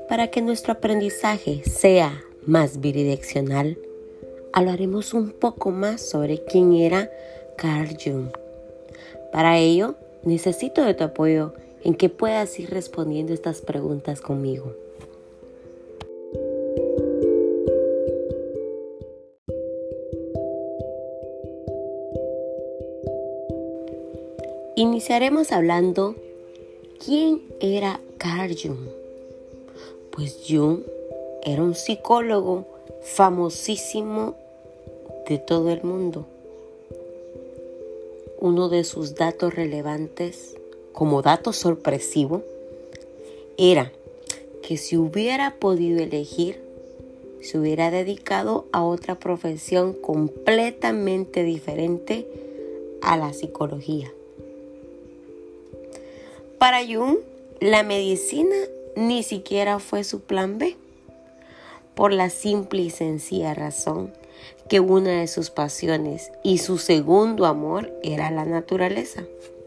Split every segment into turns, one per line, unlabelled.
Para que nuestro aprendizaje sea más bidireccional, hablaremos un poco más sobre quién era Carl Jung. Para ello, necesito de tu apoyo en que puedas ir respondiendo estas preguntas conmigo. Iniciaremos hablando ¿quién era Carl Jung? Pues Jung era un psicólogo famosísimo de todo el mundo. Uno de sus datos relevantes, como dato sorpresivo, era que si hubiera podido elegir, se hubiera dedicado a otra profesión completamente diferente a la psicología. Para Jung, la medicina ni siquiera fue su plan B, por la simple y sencilla razón que una de sus pasiones y su segundo amor era la naturaleza.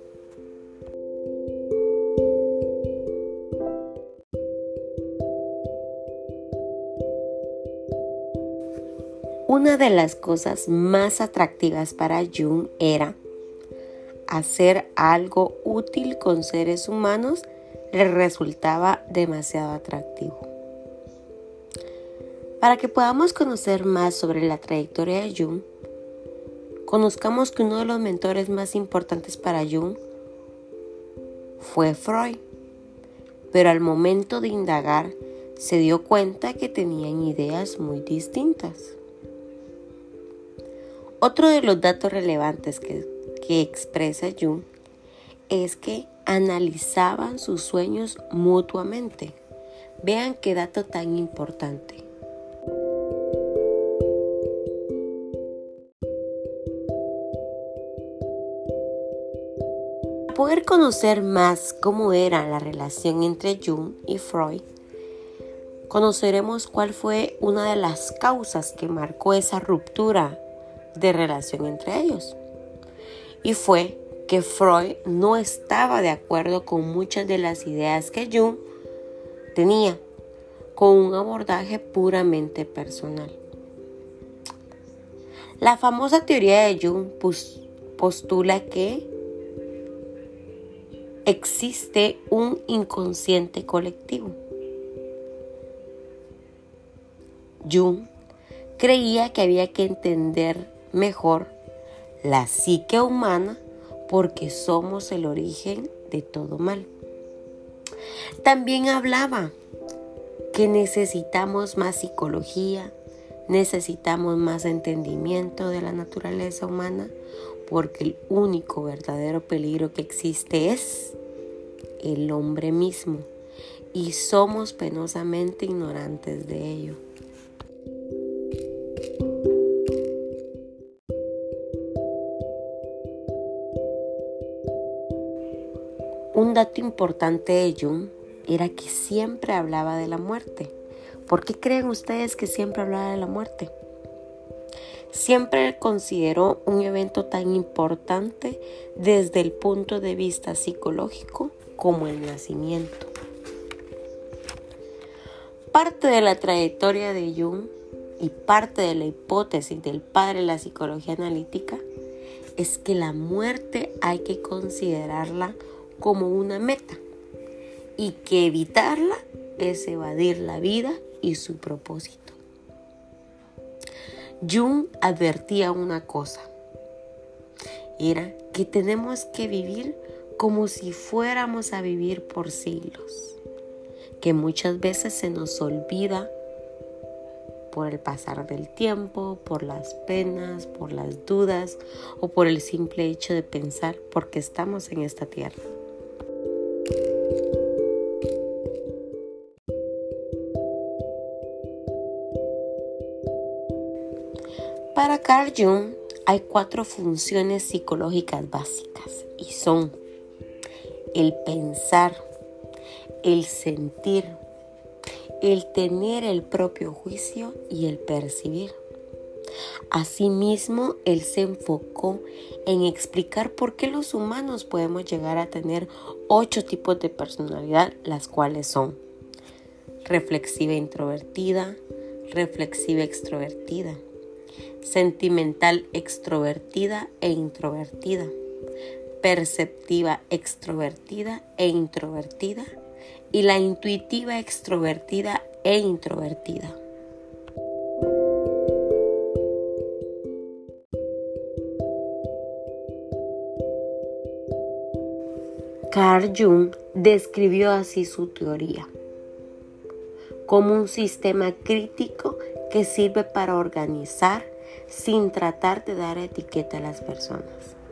Una de las cosas más atractivas para Jung era hacer algo útil con seres humanos. Le resultaba demasiado atractivo. Para que podamos conocer más sobre la trayectoria de Jung, conozcamos que uno de los mentores más importantes para Jung fue Freud, pero al momento de indagar se dio cuenta que tenían ideas muy distintas. Otro de los datos relevantes que expresa Jung es que analizaban sus sueños mutuamente. Vean qué dato tan importante. Para poder conocer más cómo era la relación entre Jung y Freud, conoceremos cuál fue una de las causas que marcó esa ruptura de relación entre ellos. Y fue que Freud no estaba de acuerdo con muchas de las ideas que Jung tenía, con un abordaje puramente personal. La famosa teoría de Jung postula que existe un inconsciente colectivo. Jung creía que había que entender mejor la psique humana porque somos el origen de todo mal. También hablaba que necesitamos más psicología, necesitamos más entendimiento de la naturaleza humana porque el único verdadero peligro que existe es el hombre mismo y somos penosamente ignorantes de ello. Un dato importante de Jung era que siempre hablaba de la muerte. ¿Por qué creen ustedes que siempre hablaba de la muerte? Siempre consideró un evento tan importante desde el punto de vista psicológico como el nacimiento. Parte de la trayectoria de Jung y parte de la hipótesis del padre de la psicología analítica es que la muerte hay que considerarla como una meta y que evitarla es evadir la vida y su propósito. Jung advertía una cosa, era que tenemos que vivir como si fuéramos a vivir por siglos, que muchas veces se nos olvida por el pasar del tiempo, por las penas, por las dudas o por el simple hecho de pensar porque estamos en esta tierra. Para Carl Jung hay 4 funciones psicológicas básicas y son el pensar, el sentir, el tener el propio juicio y el percibir. Asimismo, él se enfocó en explicar por qué los humanos podemos llegar a tener 8 tipos de personalidad, las cuales son reflexiva introvertida, reflexiva extrovertida, sentimental extrovertida e introvertida, perceptiva extrovertida e introvertida, y la intuitiva extrovertida e introvertida. Carl Jung describió así su teoría como un sistema crítico que sirve para organizar sin tratar de dar etiqueta a las personas.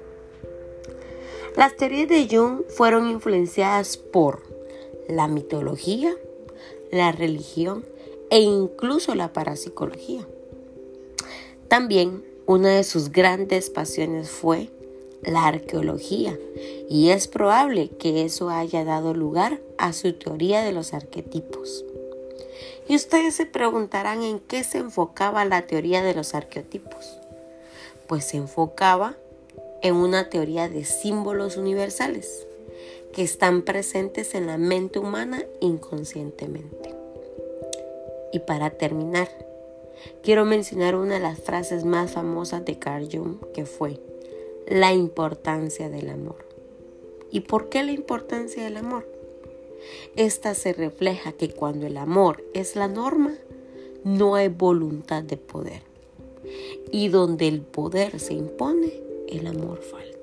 Las teorías de Jung fueron influenciadas por la mitología, la religión e incluso la parapsicología. También una de sus grandes pasiones fue la arqueología, y es probable que eso haya dado lugar a su teoría de los arquetipos. Y ustedes se preguntarán en qué se enfocaba la teoría de los arquetipos. Pues se enfocaba en una teoría de símbolos universales que están presentes en la mente humana inconscientemente. Y para terminar, quiero mencionar una de las frases más famosas de Carl Jung, que fue: la importancia del amor. ¿Y por qué la importancia del amor? Esta se refleja que cuando el amor es la norma, no hay voluntad de poder. Y donde el poder se impone, el amor falta.